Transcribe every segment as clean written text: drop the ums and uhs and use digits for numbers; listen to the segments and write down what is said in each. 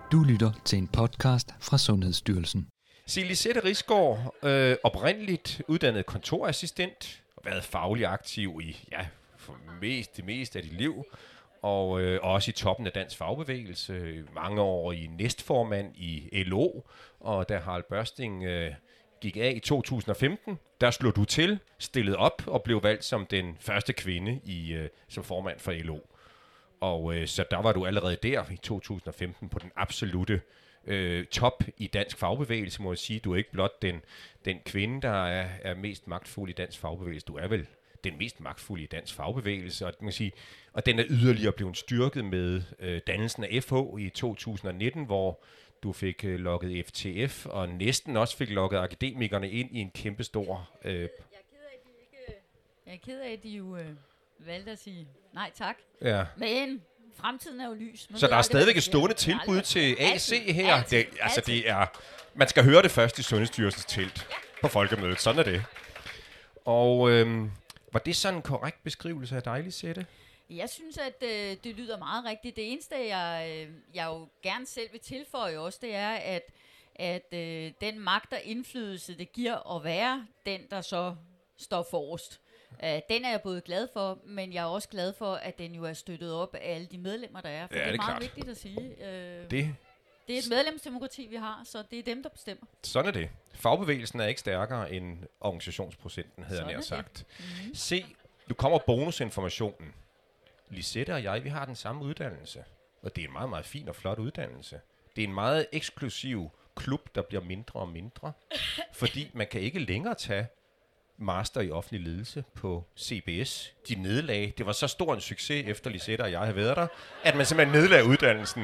Du lytter til en podcast fra Sundhedsstyrelsen. Lisette Risgaard, oprindeligt uddannet kontorassistent, og været faglig aktiv i for det meste af dit liv, og også i toppen af dansk fagbevægelse. Mange år i næstformand i LO, og da Harald Børsting gik af i 2015, der slog du til, stillede op og blev valgt som den første kvinde som formand for LO. Og så der var du allerede der i 2015 på den absolute top i dansk fagbevægelse, må jeg sige. Du er ikke blot den kvinde, der er mest magtfuld i dansk fagbevægelse. Du er vel den mest magtfulde i dansk fagbevægelse, og, man kan sige, og den er yderligere blevet styrket med dannelsen af FH i 2019, hvor du fik lukket FTF, og næsten også fik lukket akademikerne ind i en kæmpestor... Jeg er ked af, at de jo valgte at sige nej tak. Ja. Men fremtiden er jo lys. Så der er stadigvæk et stående tilbud til AC her. Det er, man skal høre det først i Sundhedsstyrelsens telt på folkemødet. Sådan er det. Og var det sådan en korrekt beskrivelse af dig, Lisette? Jeg synes, at det lyder meget rigtigt. Det eneste, jeg jo gerne selv vil tilføje også, det er, at den magt og indflydelse, det giver at være den, der så står forrest. Den er jeg både glad for, men jeg er også glad for, at den jo er støttet op af alle de medlemmer, der er. For det er meget vigtigt at sige. Det er et medlemsdemokrati, vi har, så det er dem, der bestemmer. Sådan er det. Fagbevægelsen er ikke stærkere end organisationsprocenten, havde jeg nær sagt. Mm-hmm. Se, nu kommer bonusinformationen. Lisette og jeg, vi har den samme uddannelse, og det er en meget, meget fin og flot uddannelse. Det er en meget eksklusiv klub, der bliver mindre og mindre, fordi man kan ikke længere tage master i offentlig ledelse på CBS. De nedlagde. Det var så stor en succes, efter Lisette og jeg havde været der, at man simpelthen nedlagde uddannelsen.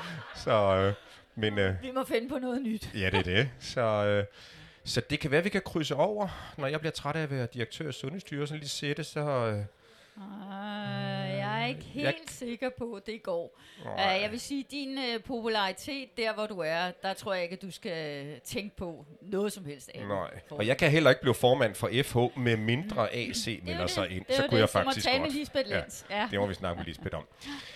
Vi må finde på noget nyt. Ja, det er det. Så det kan være, at vi kan krydse over. Når jeg bliver træt af at være direktør i Sundhedsstyrelsen, Lisette, så... Jeg er ikke helt sikker på, at det går. Jeg vil sige, at din popularitet, der hvor du er, der tror jeg ikke, at du skal tænke på noget som helst andet. Nej, og jeg kan heller ikke blive formand for FH, med mindre AC melder sig ind. Så kunne jeg faktisk godt. Med Lisbeth Lenz. Ja, det må vi snakke med Lisbeth om.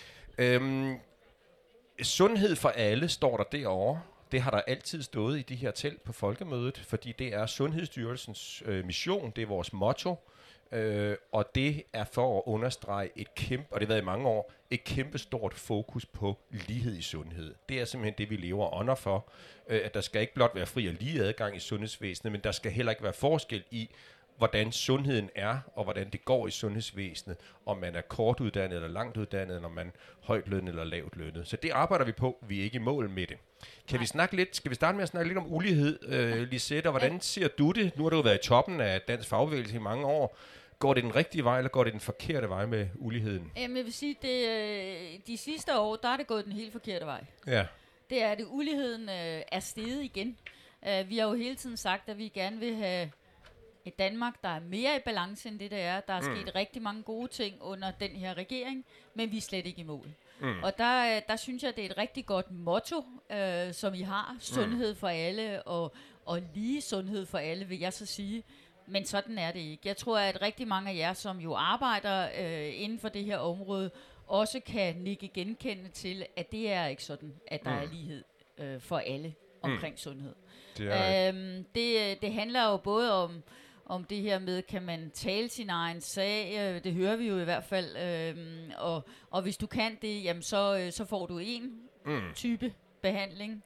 Sundhed for alle står der derovre. Det har der altid stået i de her telt på folkemødet, fordi det er Sundhedsstyrelsens mission, det er vores motto. Og det er for at understrege et kæmpe, og det har været i mange år, et kæmpe stort fokus på lighed i sundhed. Det er simpelthen det, vi lever under for, at der skal ikke blot være fri og lige adgang i sundhedsvæsenet, men der skal heller ikke være forskel i, hvordan sundheden er, og hvordan det går i sundhedsvæsenet, om man er kortuddannet eller langt uddannet, eller om man er højtlønnet eller lavt lønnet. Så det arbejder vi på. Vi er ikke i mål med det. Skal vi starte med at snakke lidt om ulighed, Lisette, og hvordan ser du det? Nu har du været i toppen af dansk fagbevægelse i mange år. Går det den rigtige vej, eller går det den forkerte vej med uligheden? Jeg vil sige, at de sidste år, der er det gået den helt forkerte vej. Ja. Det er det. Uligheden er steget igen. Vi har jo hele tiden sagt, at vi gerne vil have et Danmark, der er mere i balance end det, der er. Der er sket rigtig mange gode ting under den her regering, men vi er slet ikke i mål. Og der synes jeg, det er et rigtig godt motto, som I har. Sundhed for alle, og lige sundhed for alle, vil jeg så sige. Men sådan er det ikke. Jeg tror, at rigtig mange af jer, som jo arbejder inden for det her område, også kan nikke genkendende til, at det er ikke sådan, at der er lighed for alle omkring sundhed. Det handler jo både om det her med, kan man tale sin egen sag, det hører vi jo i hvert fald, og hvis du kan det, jamen så får du en type behandling,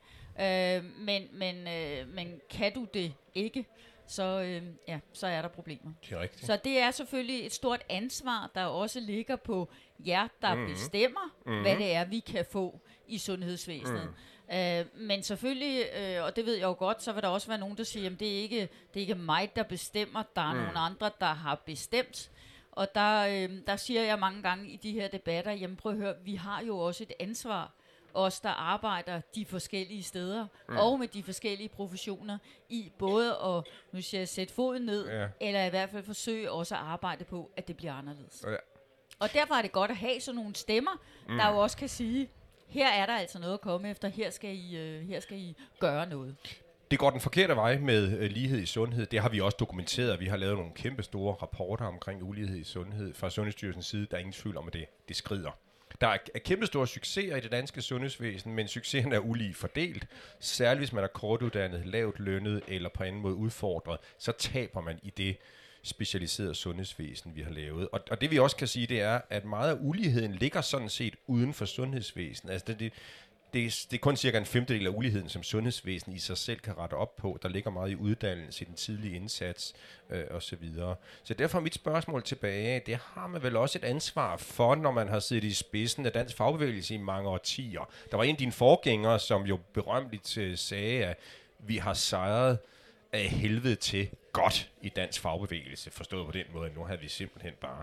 men kan du det ikke, så er der problemer. Det er rigtigt. Så det er selvfølgelig et stort ansvar, der også ligger på jer, der bestemmer, hvad det er, vi kan få i sundhedsvæsenet. Men selvfølgelig, og det ved jeg jo godt, så vil der også være nogen, der siger, at det er ikke mig, der bestemmer, der er nogle andre, der har bestemt. Og der siger jeg mange gange i de her debatter, jamen prøv at høre, vi har jo også et ansvar, os der arbejder de forskellige steder, og med de forskellige professioner, i både at nu siger jeg, sætte foden ned, eller i hvert fald forsøge også at arbejde på, at det bliver anderledes. Ja. Og derfor er det godt at have sådan nogle stemmer, der jo også kan sige, her er der altså noget at komme efter, her skal I gøre noget. Det går den forkerte vej med lighed i sundhed. Det har vi også dokumenteret. Vi har lavet nogle kæmpe store rapporter omkring ulighed i sundhed fra Sundhedsstyrelsens side. Der er ingen tvivl om, at det skrider. Der er kæmpestore succeser i det danske sundhedsvæsen, men succesen er ulige fordelt. Særligt hvis man er kortuddannet, lavt lønnet eller på anden måde udfordret, så taber man i det specialiserede sundhedsvæsen, vi har lavet. Og det vi også kan sige, det er, at meget af uligheden ligger sådan set uden for sundhedsvæsenet. Altså det er kun cirka en femtedel af uligheden, som sundhedsvæsenet i sig selv kan rette op på. Der ligger meget i uddannelse, i den tidlige indsats osv. Så derfor er mit spørgsmål tilbage, det har man vel også et ansvar for, når man har siddet i spidsen af dansk fagbevægelse i mange årtier. Der var en af dine forgængere, som jo berømteligt sagde, at vi har sejret af helvede til godt i dansk fagbevægelse, forstået på den måde. Nu havde vi simpelthen bare...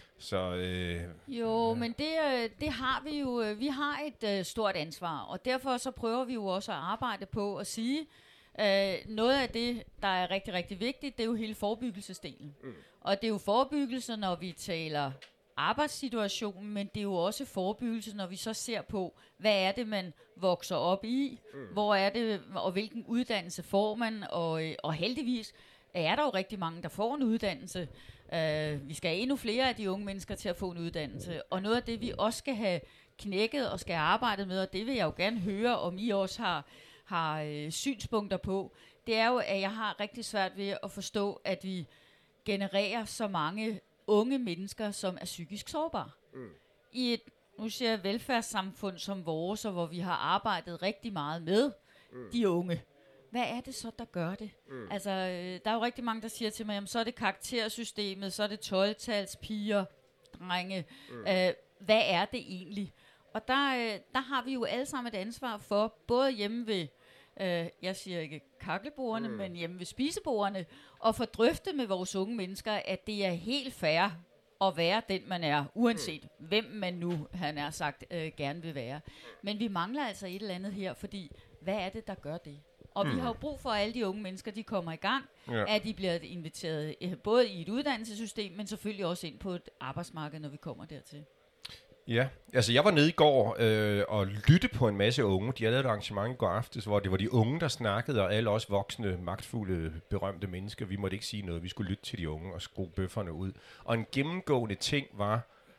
Men det har vi jo. Vi har et stort ansvar, og derfor så prøver vi jo også at arbejde på at sige, noget af det, der er rigtig, rigtig vigtigt, det er jo hele forebyggelsesdelen. Og det er jo forebyggelse, når vi taler arbejdssituationen, men det er jo også forebyggelse, når vi så ser på, hvad er det, man vokser op i, hvor er det, og hvilken uddannelse får man, og heldigvis er der jo rigtig mange, der får en uddannelse. Vi skal have endnu flere af de unge mennesker til at få en uddannelse. Og noget af det, vi også skal have knækket og skal arbejde med, og det vil jeg jo gerne høre, om I også har synspunkter på, det er jo, at jeg har rigtig svært ved at forstå, at vi genererer så mange unge mennesker, som er psykisk sårbare. I et, nu siger jeg, velfærdssamfund som vores, og hvor vi har arbejdet rigtig meget med de unge. Hvad er det så, der gør det? Altså, der er jo rigtig mange, der siger til mig, jamen, så er det karaktersystemet, så er det 12-tals piger, drenge. Hvad er det egentlig? Og der har vi jo alle sammen et ansvar for, både hjemme ved, jeg siger ikke kakkelbordene, men hjemme ved spisebordene, og få drøftet med vores unge mennesker, at det er helt fair at være den, man er, uanset hvem man nu, han har sagt, gerne vil være. Men vi mangler altså et eller andet her, fordi hvad er det, der gør det? Og vi har jo brug for, at alle de unge mennesker, de kommer i gang, at de bliver inviteret både i et uddannelsessystem, men selvfølgelig også ind på et arbejdsmarked, når vi kommer dertil. Ja, altså jeg var nede i går og lytte på en masse unge. De havde lavet et arrangement i går aftes, hvor det var de unge, der snakkede, og alle os voksne, magtfulde, berømte mennesker. Vi måtte ikke sige noget. Vi skulle lytte til de unge og skrue bøfferne ud. Og en gennemgående ting var,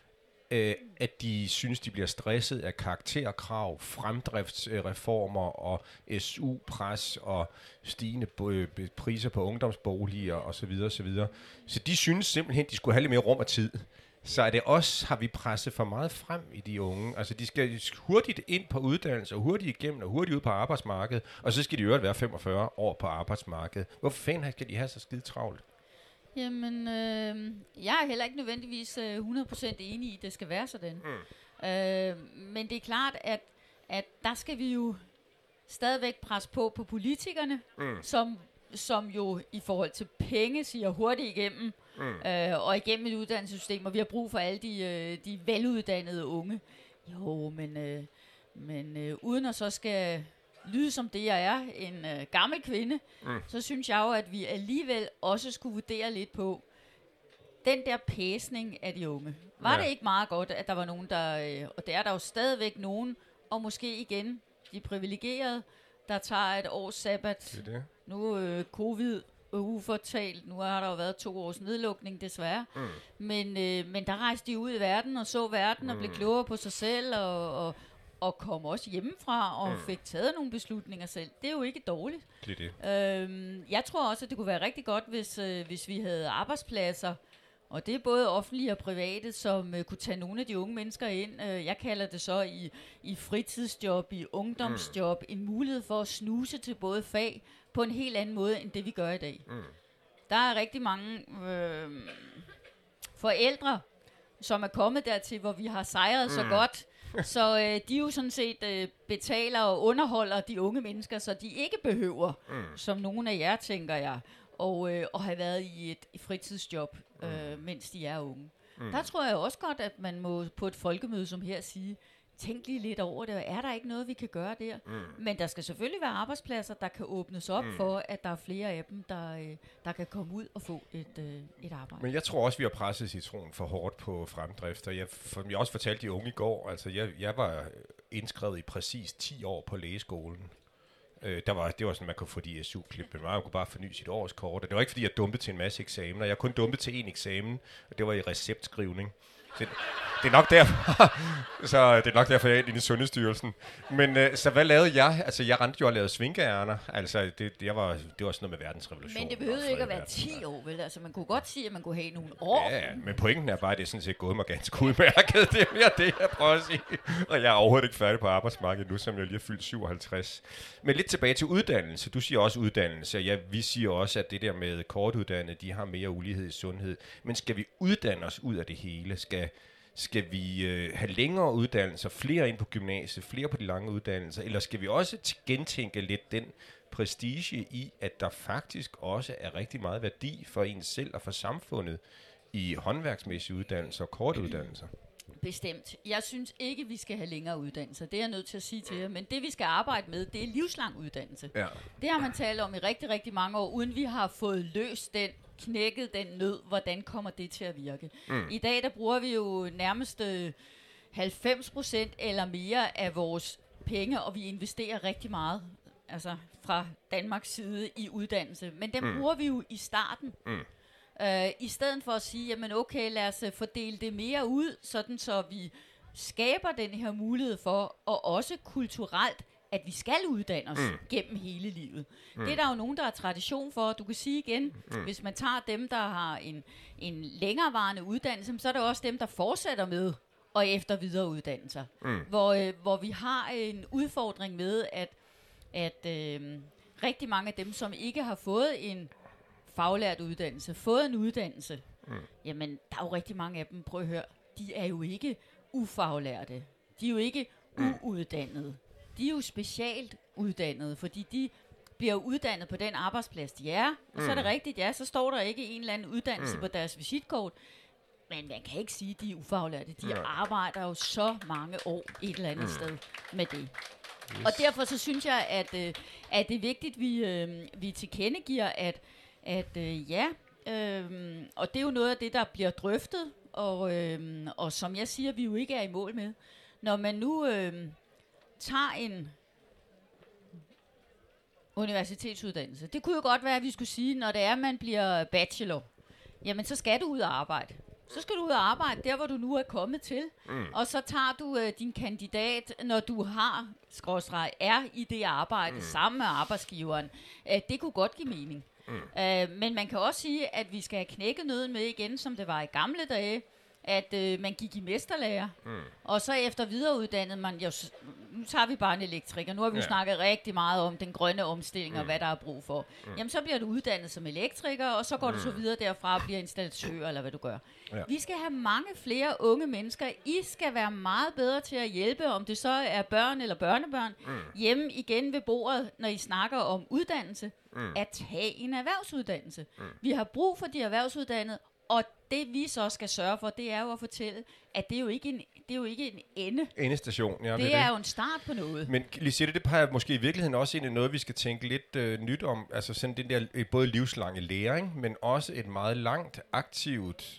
at de synes, de bliver stresset af karakterkrav, fremdriftsreformer og SU-pres og stigende priser på ungdomsboliger osv. osv. Så de synes simpelthen, de skulle have lidt mere rum og tid. Så er det også, har vi presset for meget frem i de unge. Altså de skal hurtigt ind på uddannelse, og hurtigt igennem, og hurtigt ud på arbejdsmarkedet, og så skal de øvrigt være 45 år på arbejdsmarkedet. Hvorfor fanden skal de have så skide travlt? Jamen, jeg er heller ikke nødvendigvis 100% enig i, at det skal være sådan. Men det er klart, at der skal vi jo stadigvæk presse på politikerne, som jo i forhold til penge siger hurtigt igennem, og igennem et uddannelsessystem, og vi har brug for alle de veluddannede unge. Jo, men uden at så skal lyde som det, jeg er, en gammel kvinde, så synes jeg jo, at vi alligevel også skulle vurdere lidt på den der pæsning af de unge. Var det ikke meget godt, at der var nogen, der, og der er der jo stadigvæk nogen, og måske igen de privilegerede, der tager et års sabbat. Det. Nu covid ufortalt, nu har der jo været 2 års nedlukning desværre, men der rejste de ud i verden og så verden og blev klogere på sig selv og kom også hjemmefra og fik taget nogle beslutninger selv. Det er jo ikke dårligt. Det er det. Jeg tror også, at det kunne være rigtig godt, hvis vi havde arbejdspladser, og det er både offentlige og private, som kunne tage nogle af de unge mennesker ind. Jeg kalder det så i fritidsjob, i ungdomsjob, en mulighed for at snuse til både fag på en helt anden måde, end det vi gør i dag. Der er rigtig mange forældre, som er kommet dertil, hvor vi har sejret så godt, så de jo sådan set betaler og underholder de unge mennesker, så de ikke behøver, som nogle af jer, tænker jeg, og have været i et fritidsjob, mens de er unge. Der tror jeg også godt, at man må på et folkemøde som her sige, tænk lige lidt over det, og er der ikke noget, vi kan gøre der? Men der skal selvfølgelig være arbejdspladser, der kan åbnes op for, at der er flere af dem, der kan komme ud og få et arbejde. Men jeg tror også, vi har presset citronen for hårdt på fremdrift, og jeg også fortalte de unge i går, altså jeg var indskrevet i præcis 10 år på lægeskolen. Det var sådan, man kunne få de SU-klip, men man kunne bare forny sit årskort. Og det var ikke, fordi jeg dumpede til en masse eksamener. Jeg kun dumpede til 1 eksamen, og det var i receptskrivning. Det er nok derfor, så det er nok derfor, jeg er inde i Sundhedsstyrelsen. Men så hvad lavede jeg? Altså, jeg rendte jo og lavede svingærner. Altså, det var sådan noget med verdensrevolution. Men det behøvede ikke at være 10 år, vel? Altså, man kunne godt sige, at man kunne have nogle år. Ja, men pointen er bare, at det er sådan set gået mig ganske udmærket. Det er mere det, jeg prøver at sige. Og jeg er overhovedet ikke færdig på arbejdsmarkedet nu, som jeg lige har fyldt 57. Men lidt tilbage til uddannelse. Du siger også uddannelse. Ja, vi siger også, at det der med kortuddannede, de har mere ulighed i sundhed. Men skal vi uddanne os ud af det hele? Skal vi have længere uddannelser, flere ind på gymnasiet, flere på de lange uddannelser, eller skal vi også gentænke lidt den prestige i, at der faktisk også er rigtig meget værdi for en selv og for samfundet i håndværksmæssige uddannelser og korte uddannelser? Bestemt. Jeg synes ikke, vi skal have længere uddannelser. Det er jeg nødt til at sige til jer. Men det, vi skal arbejde med, det er livslang uddannelse. Ja. Det har man talt om i rigtig, rigtig mange år, uden vi har fået løst knækket den nød. Hvordan kommer det til at virke? I dag, der bruger vi jo nærmest 90% eller mere af vores penge, og vi investerer rigtig meget altså fra Danmarks side i uddannelse. Men den bruger vi jo i starten. I stedet for at sige, jamen okay, lad os fordele det mere ud, sådan så vi skaber den her mulighed for, og også kulturelt, at vi skal uddanne os gennem hele livet. Det er der jo nogen, der har tradition for. Du kan sige igen, hvis man tager dem, der har en længerevarende uddannelse, så er det også dem, der fortsætter med og efter videre uddannelser. Hvor vi har en udfordring med, at rigtig mange af dem, som ikke har fået en faglært uddannelse, fået en uddannelse, jamen, der er jo rigtig mange af dem, prøv at høre, de er jo ikke ufaglærte. De er jo ikke uuddannede. De er jo specialt uddannede, fordi de bliver uddannet på den arbejdsplads, de er. Og så er det rigtigt, ja, så står der ikke en eller anden uddannelse på deres visitkort. Men man kan ikke sige, at de er ufaglærte. De arbejder jo så mange år et eller andet sted med det. Yes. Og derfor så synes jeg, at det er vigtigt, vi tilkendegiver, og det er jo noget af det, der bliver drøftet, og som jeg siger, vi jo ikke er i mål med. Når man nu tager en universitetsuddannelse, det kunne jo godt være, at vi skulle sige, når det er, man bliver bachelor, jamen så skal du ud og arbejde. Så skal du ud og arbejde der, hvor du nu er kommet til, og så tager du din kandidat, når du har, er i det arbejde, sammen med arbejdsgiveren. Det kunne godt give mening. Men man kan også sige, at vi skal have knækket nøden med igen, som det var i gamle dage, at man gik i mesterlærer, og så efter videreuddannet man, nu tager vi bare en elektriker, nu har vi jo snakket rigtig meget om den grønne omstilling og hvad der er brug for. Jamen så bliver du uddannet som elektriker, og så går du så videre derfra og bliver installatør, eller hvad du gør. Vi skal have mange flere unge mennesker. I skal være meget bedre til at hjælpe, om det så er børn eller børnebørn, hjemme igen ved bordet, når I snakker om uddannelse, at tage en erhvervsuddannelse. Vi har brug for de erhvervsuddannede, og det vi så skal sørge for, det er jo at fortælle, at det er jo ikke en endestation. Ja, det er jo en start på noget. Men Lisette, det peger måske i virkeligheden også ind i noget, vi skal tænke lidt nyt om. Altså sådan den der både livslange læring, men også et meget langt, aktivt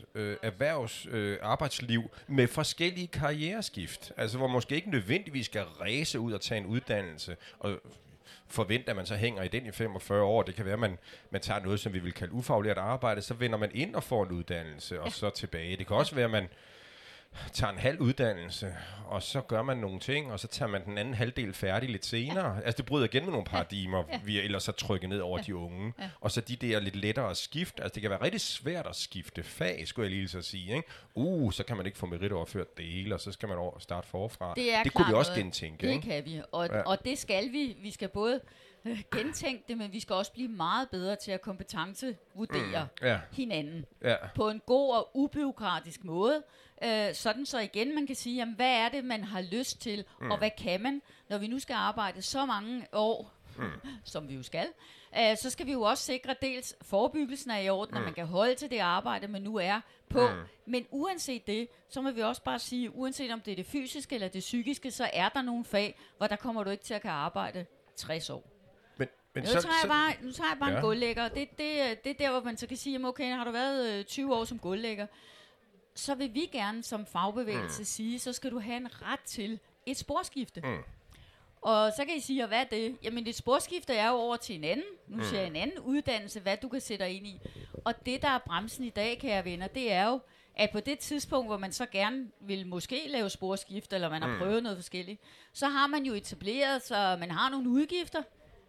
arbejdsliv med forskellige karriereskift. Altså hvor måske ikke nødvendigvis skal ræse ud og tage en uddannelse og forvente, at man så hænger i den i 45 år. Det kan være, at man tager noget, som vi vil kalde ufaglært arbejde, så vender man ind og får en uddannelse, og så tilbage. Det kan også være, at man tager en halv uddannelse, og så gør man nogle ting, og så tager man den anden halvdel færdig lidt senere. Altså det bryder igen med nogle paradigmer, vi ellers har trykket ned over de unge. Og så de der lidt lettere at skifte. Altså det kan være rigtig svært at skifte fag, skulle jeg lige så sige. Ikke? Så kan man ikke få meritoverført det hele, og så skal man starte forfra. Det kunne vi også gentænke. Det kan vi, og det skal vi. Vi skal både gentænke det, men vi skal også blive meget bedre til at kompetencevurdere hinanden på en god og ubureaukratisk måde. Sådan så igen man kan sige, jamen, hvad er det, man har lyst til, og hvad kan man, når vi nu skal arbejde så mange år, som vi jo skal, så skal vi jo også sikre dels forebyggelsen er i orden, at man kan holde til det arbejde, man nu er på. Men uanset det, så må vi også bare sige, uanset om det er det fysiske eller det psykiske, så er der nogle fag, hvor der kommer du ikke til at kan arbejde 60 år. Nu tager jeg bare en gulvlægger. Det er der, hvor man så kan sige, jamen okay, har du været 20 år som gulvlægger, så vil vi gerne som fagbevægelse sige, så skal du have en ret til et sporskifte. Og så kan I sige, hvad er det? Jamen et sporskifte er jo over til en anden. Nu ser jeg en anden uddannelse, hvad du kan sætte dig ind i. Og det, der er bremsen i dag, kære venner, det er jo, at på det tidspunkt, hvor man så gerne vil måske lave sporskift, eller man har prøvet noget forskelligt, så har man jo etableret, så man har nogle udgifter,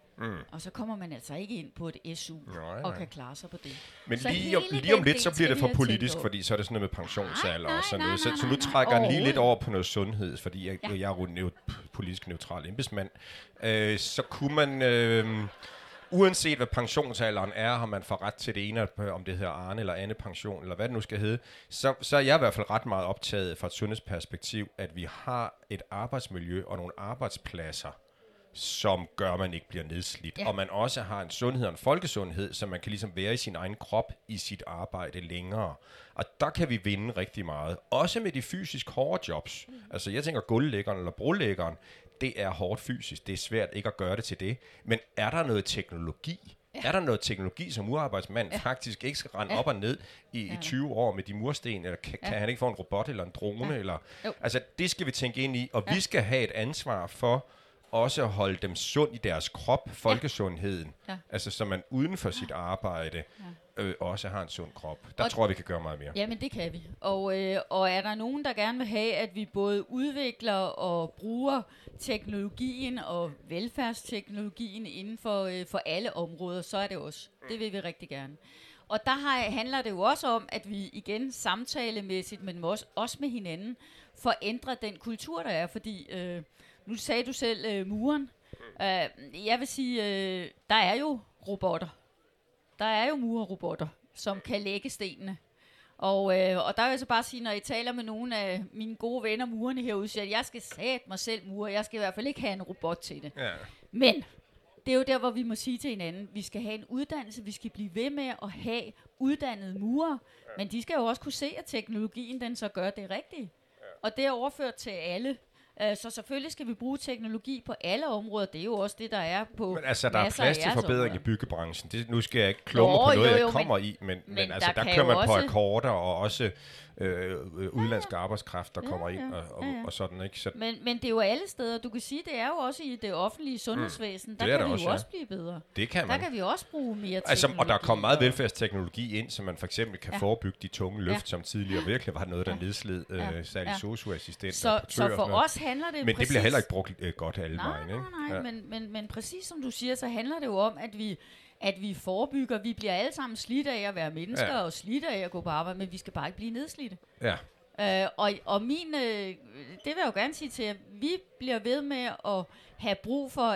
og så kommer man altså ikke ind på et SU og kan klare sig på det. Men lige om lidt, så bliver det for politisk, fordi så er det sådan noget med pensionsalder og sådan noget. Så nu trækker den lige lidt over på noget sundhed, fordi jeg er jo politisk neutral embedsmand. Så kunne man... uanset hvad pensionsalderen er, har man får ret til det ene, om det hedder Arne eller Anne pension, eller hvad det nu skal hedde, så er jeg i hvert fald ret meget optaget fra et sundhedsperspektiv, at vi har et arbejdsmiljø og nogle arbejdspladser, som gør, at man ikke bliver nedslidt. Og man også har en sundhed og en folkesundhed, så man kan ligesom være i sin egen krop i sit arbejde længere. Og der kan vi vinde rigtig meget. Også med de fysisk hårde jobs. Altså jeg tænker gulvlæggeren eller brolæggeren, det er hårdt fysisk. Det er svært ikke at gøre det til det. Men er der noget teknologi? Er der noget teknologi, som urarbejdsmand faktisk ikke skal rende op og ned i 20 år med de mursten? Eller kan han ikke få en robot eller en drone? Eller, altså det skal vi tænke ind i. Og vi skal have et ansvar for også at holde dem sund i deres krop, folkesundheden. Altså så man uden for sit arbejde også har en sund krop. Der tror jeg, vi kan gøre meget mere. Jamen det kan vi. Og er der nogen, der gerne vil have, at vi både udvikler og bruger teknologien og velfærdsteknologien inden for alle områder, så er det også. Det vil vi rigtig gerne. Og der handler det jo også om, at vi igen samtalemæssigt, men også med hinanden, får ændret den kultur, der er. Fordi nu sagde du selv muren. Jeg vil sige, der er jo robotter. Der er jo murerrobotter, som kan lægge stenene. Og der vil jeg så bare sige, når jeg taler med nogle af mine gode venner murerne herude, så jeg skal sætte mig selv mure. Jeg skal i hvert fald ikke have en robot til det. Ja. Men det er jo der, hvor vi må sige til hinanden, vi skal have en uddannelse, vi skal blive ved med at have uddannede murer, men de skal jo også kunne se, at teknologien den så gør det rigtige. Og det er overført til alle. Så selvfølgelig skal vi bruge teknologi på alle områder. Det er jo også det, der er på. Men altså, der er plads til forbedring i byggebranchen. Nu skal jeg ikke klumme på noget, jeg kommer i, men altså, der kører man på akkorder, og også udenlandske arbejdskraft, der kommer ind og sådan, ikke? Så men det er jo alle steder. Du kan sige, det er jo også i det offentlige sundhedsvæsen. Der kan vi jo også blive bedre. Det kan man. Der kan vi også bruge mere teknologi. Altså, og der er kommet meget velfærdsteknologi ind, så man for eksempel kan forebygge de tunge løft, som tidligere virkelig var noget, der nedsled særligt sosu-assistenter og så for os handler det men det bliver heller ikke brugt godt alle vejen, ikke? Nej, men præcis som du siger, så handler det jo om, at vi forebygger. Vi bliver alle sammen slidt af at være mennesker, og slidt af at gå på arbejde, men vi skal bare ikke blive nedslidte. Ja. Og min, det vil jeg jo gerne sige til jer, vi bliver ved med at have brug for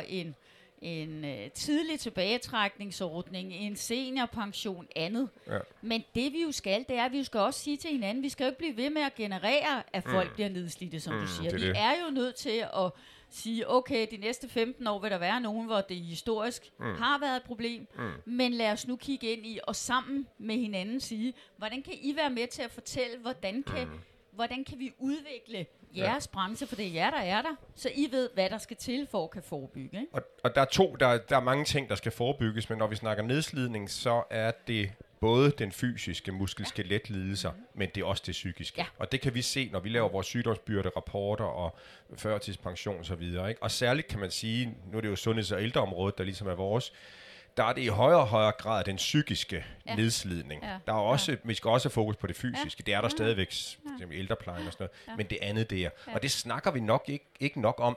en tidlig tilbagetrækningsordning, en seniorpension, andet. Ja. Men det vi jo skal, det er, at vi skal også sige til hinanden, vi skal jo ikke blive ved med at generere, at folk bliver nedslidte, som du siger. Vi er jo nødt til at sige, okay, de næste 15 år vil der være nogen, hvor det historisk har været et problem, men lad os nu kigge ind i, og sammen med hinanden sige, hvordan kan I være med til at fortælle, hvordan kan vi udvikle jeres branche, for det er jer, der er der, så I ved, hvad der skal til for at kan forebygge. Ikke? Og der er mange ting, der skal forebygges, men når vi snakker nedslidning, så er det både den fysiske muskel-skeletlidelser, men det er også det psykiske. Ja. Og det kan vi se, når vi laver vores sygdomsbyrde, rapporter og førtidspension og så videre. Ikke? Og særligt kan man sige, nu er det jo sundheds- og ældreområdet, der ligesom er vores, der er det i højere og højere grad den psykiske nedslidning. Ja. Der er også, vi skal også have fokus på det fysiske. Det er der stadigvæk, f.eks. ældreplejen og sådan noget. Men det andet der. Og det snakker vi nok ikke nok om.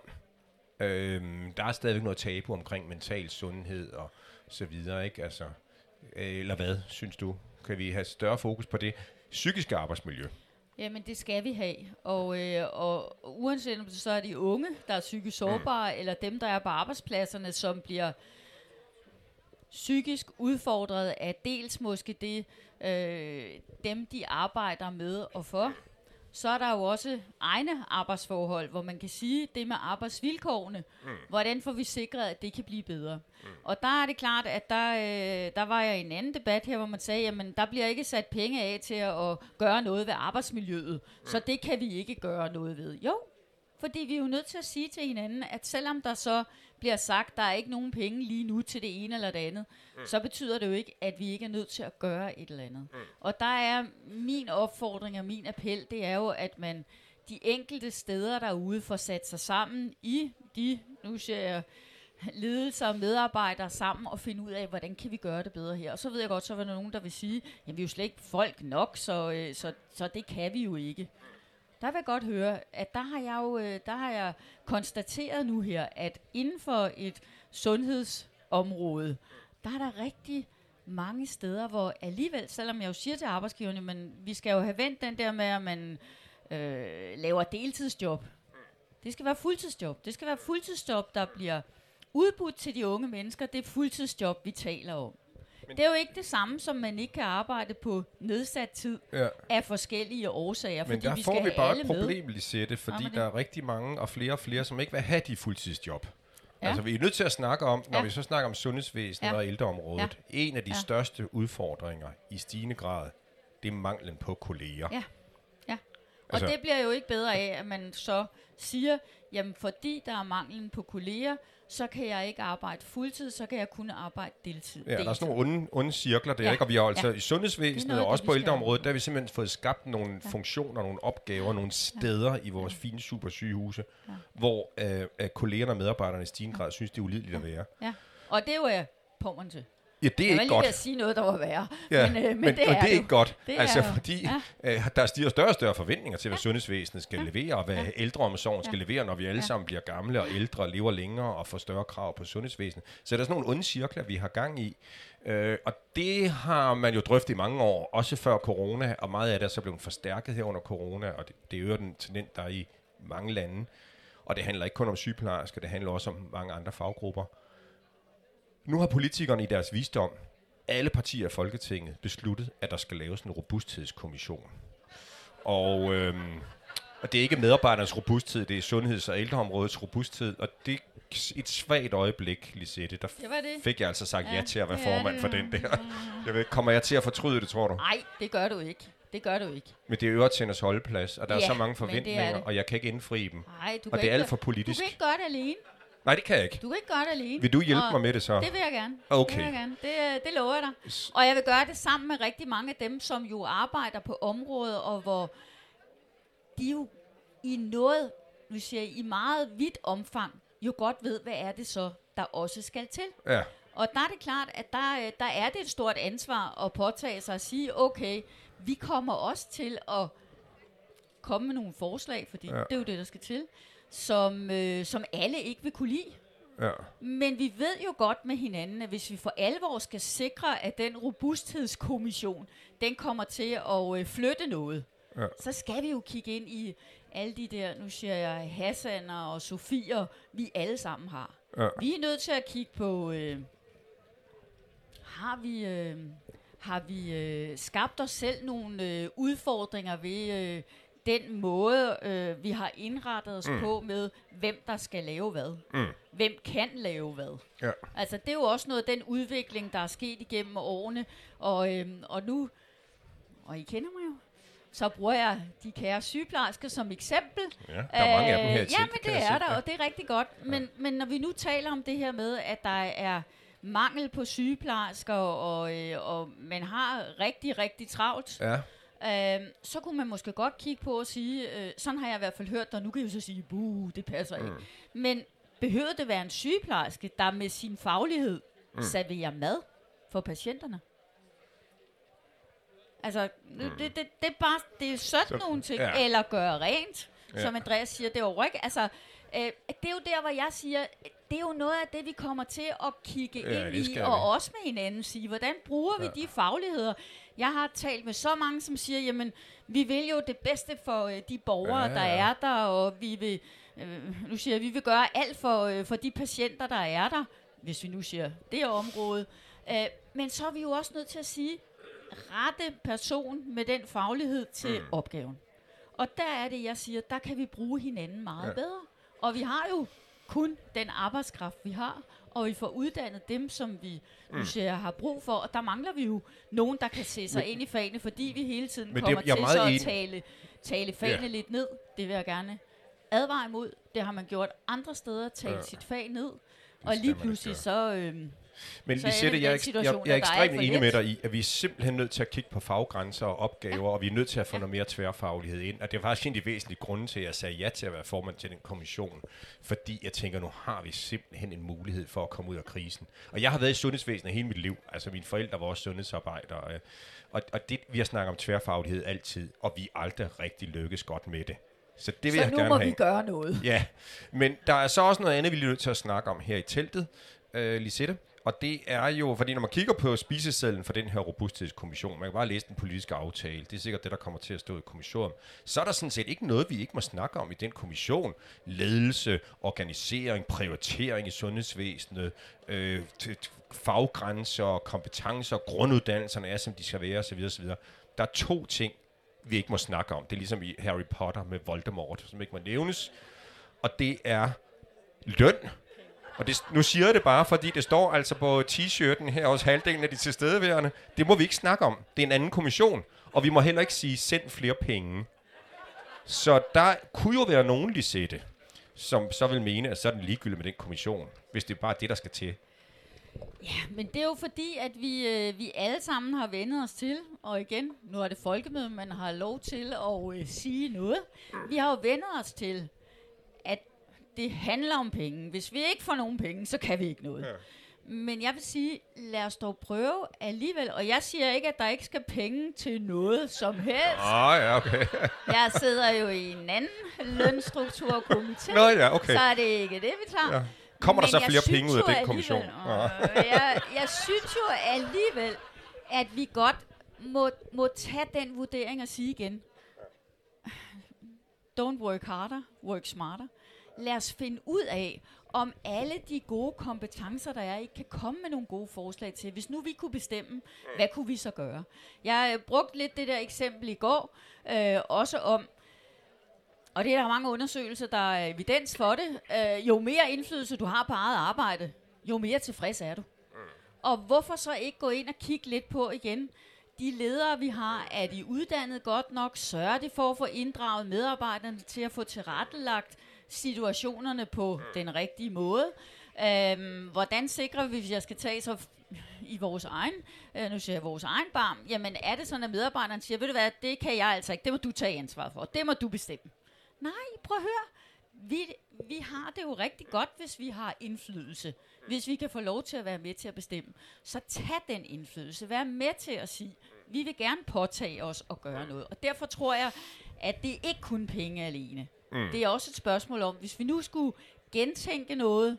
Der er stadigvæk noget tabu omkring mental sundhed og så videre. Ikke? Altså, eller hvad, synes du? Kan vi have større fokus på det psykiske arbejdsmiljø? Jamen, det skal vi have. Og uanset om det så er de unge, der er psykisk sårbare, eller dem, der er på arbejdspladserne, som bliver psykisk udfordret af dels måske det, dem de arbejder med og for, så er der jo også egne arbejdsforhold, hvor man kan sige det med arbejdsvilkårene. Hvordan får vi sikret, at det kan blive bedre? Og der er det klart, at der var jeg i en anden debat her, hvor man sagde, jamen der bliver ikke sat penge af til at gøre noget ved arbejdsmiljøet, så det kan vi ikke gøre noget ved. Jo, fordi vi er jo nødt til at sige til hinanden, at selvom der så bliver sagt, der er ikke nogen penge lige nu til det ene eller det andet, så betyder det jo ikke, at vi ikke er nødt til at gøre et eller andet. Og der er min opfordring og min appel, det er jo, at man de enkelte steder derude får sat sig sammen i de, nu siger jeg, ledelser og medarbejdere sammen og finde ud af, hvordan kan vi gøre det bedre her. Og så ved jeg godt, så var der nogen, der vil sige, at vi er jo slet ikke folk nok, så det kan vi jo ikke. Der vil jeg godt høre, at der har jeg konstateret nu her, at inden for et sundhedsområde, der er der rigtig mange steder, hvor alligevel, selvom jeg jo siger til arbejdsgiverne, men vi skal jo have vendt den der med, at man laver deltidsjob. Det skal være fuldtidsjob. Det skal være fuldtidsjob, der bliver udbudt til de unge mennesker. Det er fuldtidsjob, vi taler om. Men det er jo ikke det samme, som man ikke kan arbejde på nedsat tid af forskellige årsager. Men fordi der vi får skal vi bare alle et problem, Lisette, fordi der er rigtig mange og flere, som ikke vil have de fuldtidsjob. Ja. Altså, vi er nødt til at snakke om, når vi så snakker om sundhedsvæsenet og ældreområdet, en af de største udfordringer i stigende grad, det er manglen på kolleger. Ja. Og det bliver jo ikke bedre af, at man så siger, jamen fordi der er manglen på kolleger, så kan jeg ikke arbejde fuldtid, så kan jeg kun arbejde deltid. Ja, der er sådan nogle onde cirkler der, ikke? Og vi har altså i sundhedsvæsenet og også på ældreområdet, der har vi simpelthen fået skabt nogle funktioner, nogle opgaver, nogle steder i vores fine supersygehuse, hvor kollegerne og medarbejderne i stigende grad synes, det er ulideligt at være. Ja, og det er jo pommeren til. Ja, det er ikke godt. Jeg var lige ved at sige noget, der var værre. Ja, men det er ikke godt. Det altså, fordi der stiger større og større forventninger til, hvad sundhedsvæsenet skal levere, og hvad ældreomsorgen skal levere, når vi alle sammen bliver gamle og ældre og lever længere og får større krav på sundhedsvæsenet. Så der er sådan nogle onde cirkler, vi har gang i. Og det har man jo drøftet i mange år, også før corona, og meget af det er så blevet forstærket her under corona, og det øger den tendens, der er i mange lande. Og det handler ikke kun om sygeplejersker, det handler også om mange andre faggrupper. Nu har politikerne i deres visdom, alle partier i Folketinget, besluttet, at der skal laves en robusthedskommission. Og det er ikke medarbejdernes robusthed, det er sundheds- og ældreområdets robusthed. Og det er et svagt øjeblik, Lisette. Der fik jeg altså sagt ja til at være formand for den der. Jeg ved, kommer jeg til at fortryde det, tror du? Nej, det gør du ikke. Det gør du ikke. Men det er øretænders holdeplads, og der er så mange forventninger, og jeg kan ikke indfri dem. Nej, og det er alt for politisk. Du kan ikke gøre det alene. Nej, det kan jeg ikke. Du kan ikke gøre det alene. Vil du hjælpe mig med det så? Det vil jeg gerne. Okay. Det vil jeg gerne. Det lover jeg dig. Og jeg vil gøre det sammen med rigtig mange af dem, som jo arbejder på området, og hvor de jo i noget, nu siger jeg, i meget vidt omfang, jo godt ved, hvad er det så, der også skal til. Ja. Og der er det klart, at der er det et stort ansvar at påtage sig og sige, okay, vi kommer også til at komme med nogle forslag, fordi det er jo det, der skal til, som alle ikke vil kunne lide. Ja. Men vi ved jo godt med hinanden, at hvis vi for alvor skal sikre, at den robusthedskommission, den kommer til at flytte noget, så skal vi jo kigge ind i alle de der, nu siger jeg, Hassaner og Sofier, vi alle sammen har. Ja. Vi er nødt til at kigge på, har vi skabt os selv nogle udfordringer ved den måde, vi har indrettet os på med, hvem der skal lave hvad. Hvem kan lave hvad. Ja. Altså, det er jo også noget af den udvikling, der er sket igennem årene. Og nu, og I kender mig jo, så bruger jeg de kære sygeplejersker som eksempel. Ja, der er mange af dem her i men det er der, og det er rigtig godt. Men når vi nu taler om det her med, at der er mangel på sygeplejersker, og man har rigtig, rigtig travlt, så kunne man måske godt kigge på og sige, sådan har jeg i hvert fald hørt, og nu kan jeg jo så sige, det passer ikke. Men behøver det være en sygeplejerske, der med sin faglighed serverer mad for patienterne? Altså, det er sådan nogle ting, eller gøre rent, som Andreas siger, det er ikke. Altså, det er jo der, hvor jeg siger, det er jo noget af det, vi kommer til at kigge ind i, og også med hinanden sige, hvordan bruger vi de fagligheder? Jeg har talt med så mange, som siger, jamen, vi vil jo det bedste for de borgere, der er der, og vi vil, vi vil gøre alt for de patienter, der er der, hvis vi nu siger det område. Men så er vi jo også nødt til at sige, rette person med den faglighed til opgaven. Og der er det, jeg siger, der kan vi bruge hinanden meget bedre. Og vi har jo kun den arbejdskraft, vi har, og vi får uddannet dem, som vi har brug for. Og der mangler vi jo nogen, der kan se sig ind i fagene, fordi vi hele tiden kommer til så at tale fagene lidt ned. Det vil jeg gerne advare imod. Det har man gjort andre steder, tale sit fag ned. Og lige pludselig Men Lisette, jeg er ekstremt enig med dig i, at vi er simpelthen nødt til at kigge på faggrænser og opgaver, og vi er nødt til at få noget mere tværfaglighed ind. Og det var faktisk en af de væsentlige grunde til, at jeg sagde ja til at være formand til den kommission. Fordi jeg tænker, nu har vi simpelthen en mulighed for at komme ud af krisen. Og jeg har været i sundhedsvæsenet hele mit liv. Altså mine forældre var også sundhedsarbejdere. Og det, vi har snakket om tværfaglighed altid, og vi er aldrig rigtig lykkes godt med det. Så det vil jeg gerne have. Så nu må vi gøre noget. Ja, men der er så også noget andet, vi er nødt til at snakke om her i teltet, Lisette. Og det er jo, fordi når man kigger på spisesedlen for den her robusthedskommission, man kan bare læse den politiske aftale, det er sikkert det, der kommer til at stå i kommissionen, så er der sådan set ikke noget, vi ikke må snakke om i den kommission. Ledelse, organisering, prioritering i sundhedsvæsenet, faggrænser, kompetencer, grunduddannelserne er, som de skal være, osv. osv. Der er 2 ting, vi ikke må snakke om. Det er ligesom i Harry Potter med Voldemort, som ikke må nævnes. Og det er løn. Og nu siger jeg det bare, fordi det står altså på t-shirten her hos halvdelen af de tilstedeværende. Det må vi ikke snakke om. Det er en anden kommission. Og vi må heller ikke sige, send flere penge. Så der kunne jo være nogen, Lisette, som så vil mene, at så er den ligegyldig med den kommission, hvis det er bare det, der skal til. Ja, men det er jo fordi, at vi alle sammen har vendet os til, og igen, nu er det folkemøde, man har lov til at sige noget. Vi har jo vendet os til, at det handler om penge. Hvis vi ikke får nogen penge, så kan vi ikke noget. Ja. Men jeg vil sige, lad os dog prøve alligevel. Og jeg siger ikke, at der ikke skal penge til noget som helst. Ja, okay. Jeg sidder jo i en anden lønstrukturkomité, okay. så er det ikke det, vi tager. Ja. Kommer der så flere penge ud af den kommission? Jeg synes jo alligevel, at vi godt må tage den vurdering og sige igen. Don't work harder, work smarter. Lad os finde ud af, om alle de gode kompetencer, der er, ikke kan komme med nogle gode forslag til. Hvis nu vi kunne bestemme, hvad kunne vi så gøre? Jeg brugte lidt det der eksempel i går, også om, og det er der mange undersøgelser, der er evidens for det. Jo mere indflydelse du har på eget arbejde, jo mere tilfreds er du. Og hvorfor så ikke gå ind og kigge lidt på igen, de ledere vi har, er de uddannet godt nok? Sørger de for at få inddraget medarbejderne til at få tilrettelagt situationerne på den rigtige måde? Hvordan sikrer vi, hvis jeg skal tage så i vores egen, nu siger jeg vores egen barm, jamen er det sådan, at medarbejderne siger, ved du hvad, det kan jeg altså ikke, det må du tage ansvar for, det må du bestemme. Nej, prøv at høre. Vi har det jo rigtig godt, hvis vi har indflydelse. Hvis vi kan få lov til at være med til at bestemme. Så tag den indflydelse. Vær med til at sige, vi vil gerne påtage os og gøre noget. Og derfor tror jeg, at det ikke kun penge alene. Det er også et spørgsmål om, hvis vi nu skulle gentænke noget,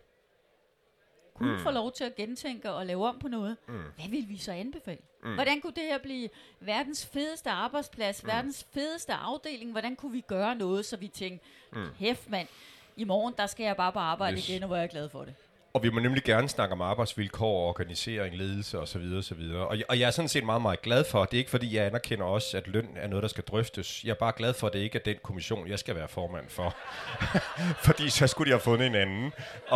kunne få lov til at gentænke og lave om på noget, hvad vil vi så anbefale? Hvordan kunne det her blive verdens fedeste arbejdsplads, verdens fedeste afdeling? Hvordan kunne vi gøre noget, så vi tænkte, hæft mand, i morgen der skal jeg bare på arbejde igen, og hvor jeg er glad for det. Og vi må nemlig gerne snakke om arbejdsvilkår, organisering, ledelse osv. osv. Og jeg er sådan set meget, meget glad for, det er ikke fordi, jeg anerkender også, at løn er noget, der skal drøftes. Jeg er bare glad for, at det ikke er den kommission, jeg skal være formand for. Fordi så skulle de have fundet en anden.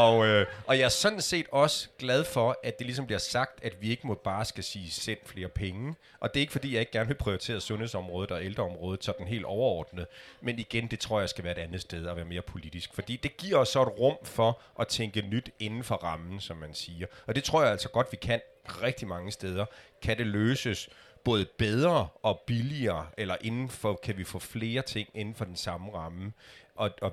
Og jeg er sådan set også glad for, at det ligesom bliver sagt, at vi ikke må bare skal sige, send flere penge. Og det er ikke fordi, jeg ikke gerne vil prioritere sundhedsområdet og ældreområdet sådan helt overordnet. Men igen, det tror jeg skal være et andet sted og være mere politisk. Fordi det giver os så et rum for at tænke nyt inden for rammen, som man siger. Og det tror jeg altså godt, vi kan rigtig mange steder. Kan det løses både bedre og billigere, eller indenfor kan vi få flere ting inden for den samme ramme. Og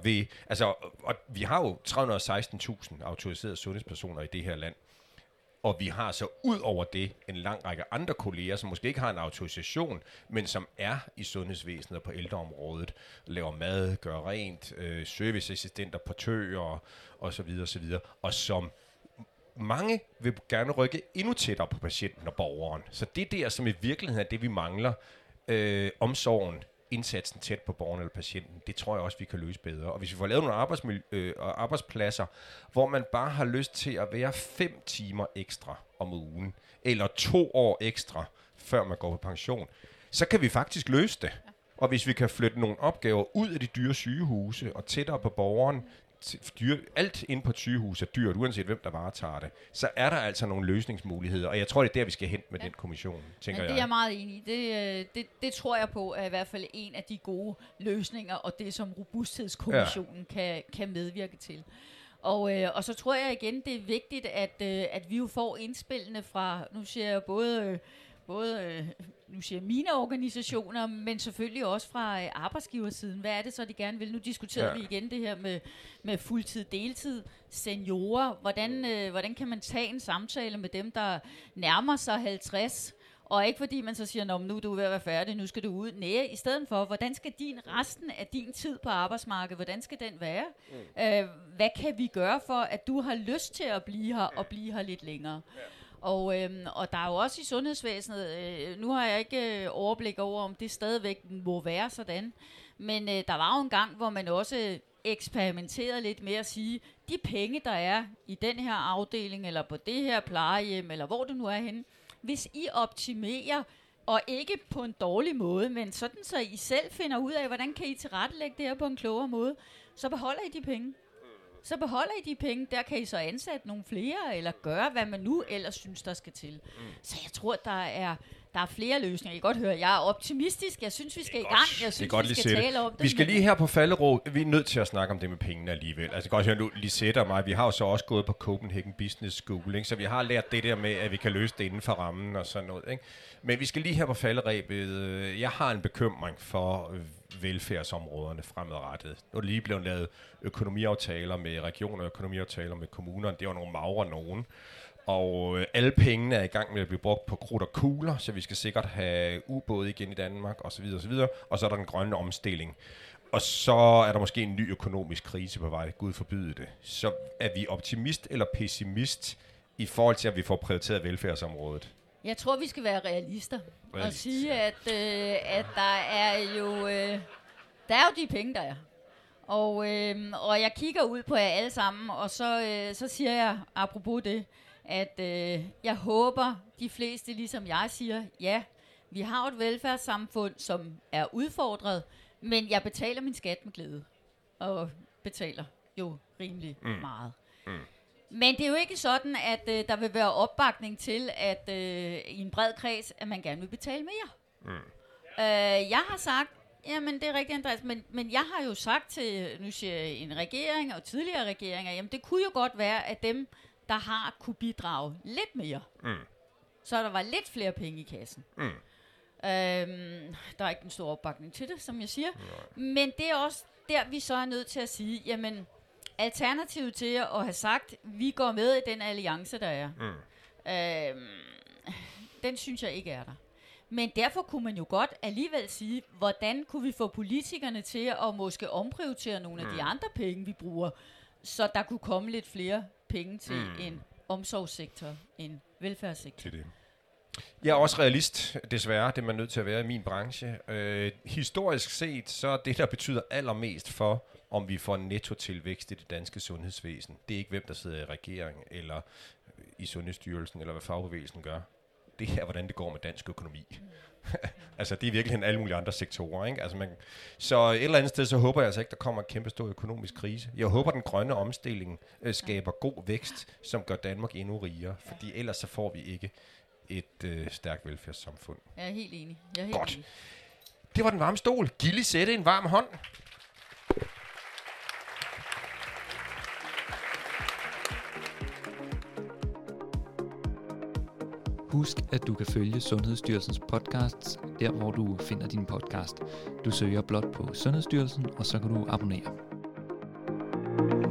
vi har jo 316.000 autoriserede sundhedspersoner i det her land. Og vi har så ud over det en lang række andre kolleger, som måske ikke har en autorisation, men som er i sundhedsvæsenet på ældreområdet, laver mad, gør rent, serviceassistenter, portører osv. osv. Og som mange vil gerne rykke endnu tættere på patienten og borgeren. Så det der, som i virkeligheden er det, vi mangler, omsorgen, indsatsen tæt på borgeren eller patienten, det tror jeg også, vi kan løse bedre. Og hvis vi får lavet nogle arbejdspladser, hvor man bare har lyst til at være 5 timer ekstra om ugen, eller 2 år ekstra, før man går på pension, så kan vi faktisk løse det. Og hvis vi kan flytte nogle opgaver ud af de dyre sygehuse og tættere på borgeren, alt inde på et sygehus er dyrt, uanset hvem der varetager det, så er der altså nogle løsningsmuligheder, og jeg tror, det er der, vi skal hen med den kommission, tænker jeg. Det er jeg meget enig i. Det tror jeg på er i hvert fald en af de gode løsninger, og det som Robusthedskommissionen kan medvirke til. Og så tror jeg igen, det er vigtigt, at vi jo får indspillene fra, nu siger jeg både nu siger mine organisationer, men selvfølgelig også fra arbejdsgiversiden. Hvad er det så, de gerne vil? Nu diskuterer vi igen det her med fuldtid, deltid, seniorer. Hvordan kan man tage en samtale med dem, der nærmer sig 50? Og ikke fordi man så siger, nu er du ved at være færdig, nu skal du ud. Nej, i stedet for, hvordan skal resten af din tid på arbejdsmarkedet, hvordan skal den være? Hvad kan vi gøre for, at du har lyst til at blive her, og blive her lidt længere? Og der er jo også i sundhedsvæsenet, nu har jeg ikke overblik over, om det stadigvæk må være sådan, men der var jo en gang, hvor man også eksperimenterede lidt med at sige, de penge, der er i den her afdeling, eller på det her plejehjem, eller hvor du nu er henne, hvis I optimerer, og ikke på en dårlig måde, men sådan så I selv finder ud af, hvordan kan I tilrettelægge det her på en klogere måde, så beholder I de penge. Der kan I så ansætte nogle flere, eller gøre, hvad man nu ellers synes, der skal til. Så jeg tror, der er flere løsninger. Jeg kan godt høre, jeg er optimistisk. Jeg synes, vi skal i gang. Jeg synes, vi skal tale om det. Vi skal lige her på Fallerå. Vi er nødt til at snakke om det med pengene alligevel. Altså, jeg kan godt høre nu, Lisette og mig, vi har jo så også gået på Copenhagen Business School, ikke? Så vi har lært det der med, at vi kan løse det inden for rammen og sådan noget, ikke? Men vi skal lige her på falderebet. Jeg har en bekymring for velfærdsområderne fremadrettet. Nu er der lige blevet lavet økonomiaftaler med regioner, økonomiaftaler med kommunerne. Det var nogle magre nogen. Og alle pengene er i gang med at blive brugt på krudt og kugler, så vi skal sikkert have ubåde igen i Danmark, osv. osv. Og så er der den grønne omstilling. Og så er der måske en ny økonomisk krise på vej. Gud forbyde det. Så er vi optimist eller pessimist i forhold til, at vi får prioriteret velfærdsområdet? Jeg tror, vi skal være realister og sige, at der er jo de penge, der er. Og jeg kigger ud på jer alle sammen, og så siger jeg, apropos det, at jeg håber, de fleste, ligesom jeg siger, ja, vi har et velfærdssamfund, som er udfordret, men jeg betaler min skat med glæde, og betaler jo rimelig meget. Men det er jo ikke sådan, at der vil være opbakning til, at i en bred kreds, at man gerne vil betale mere. Jeg har sagt, jamen det er rigtigt, Andreas, men jeg har jo sagt til, nu siger jeg, en regering og tidligere regeringer, jamen det kunne jo godt være, at dem, der har kunne bidrage lidt mere, så der var lidt flere penge i kassen. Der er ikke en stor opbakning til det, som jeg siger. Men det er også der, vi så er nødt til at sige, jamen alternativet til at have sagt, vi går med i den alliance, der er, den synes jeg ikke er der. Men derfor kunne man jo godt alligevel sige, hvordan kunne vi få politikerne til at måske omprioritere nogle af de andre penge, vi bruger, så der kunne komme lidt flere penge til en omsorgssektor, en velfærdssektor. Til det. Jeg er også realist, desværre, det er man nødt til at være i min branche. Historisk set, så er det, der betyder allermest for, om vi får en nettotilvækst i det danske sundhedsvæsen. Det er ikke, hvem der sidder i regeringen, eller i Sundhedsstyrelsen, eller hvad fagbevægelsen gør. Det er, hvordan det går med dansk økonomi. Altså, det er virkelig alle mulige andre sektorer, ikke? Altså, så et eller andet sted, så håber jeg altså ikke, der kommer en kæmpe stor økonomisk krise. Jeg håber, den grønne omstilling skaber god vækst, som gør Danmark endnu rigere, fordi ellers så får vi ikke et stærkt velfærdssamfund. Jeg er helt enig. Godt. Det var den varme stol. Giv Lisette en varm hånd. Husk, at du kan følge Sundhedsstyrelsens podcasts, der hvor du finder din podcast. Du søger blot på Sundhedsstyrelsen, og så kan du abonnere.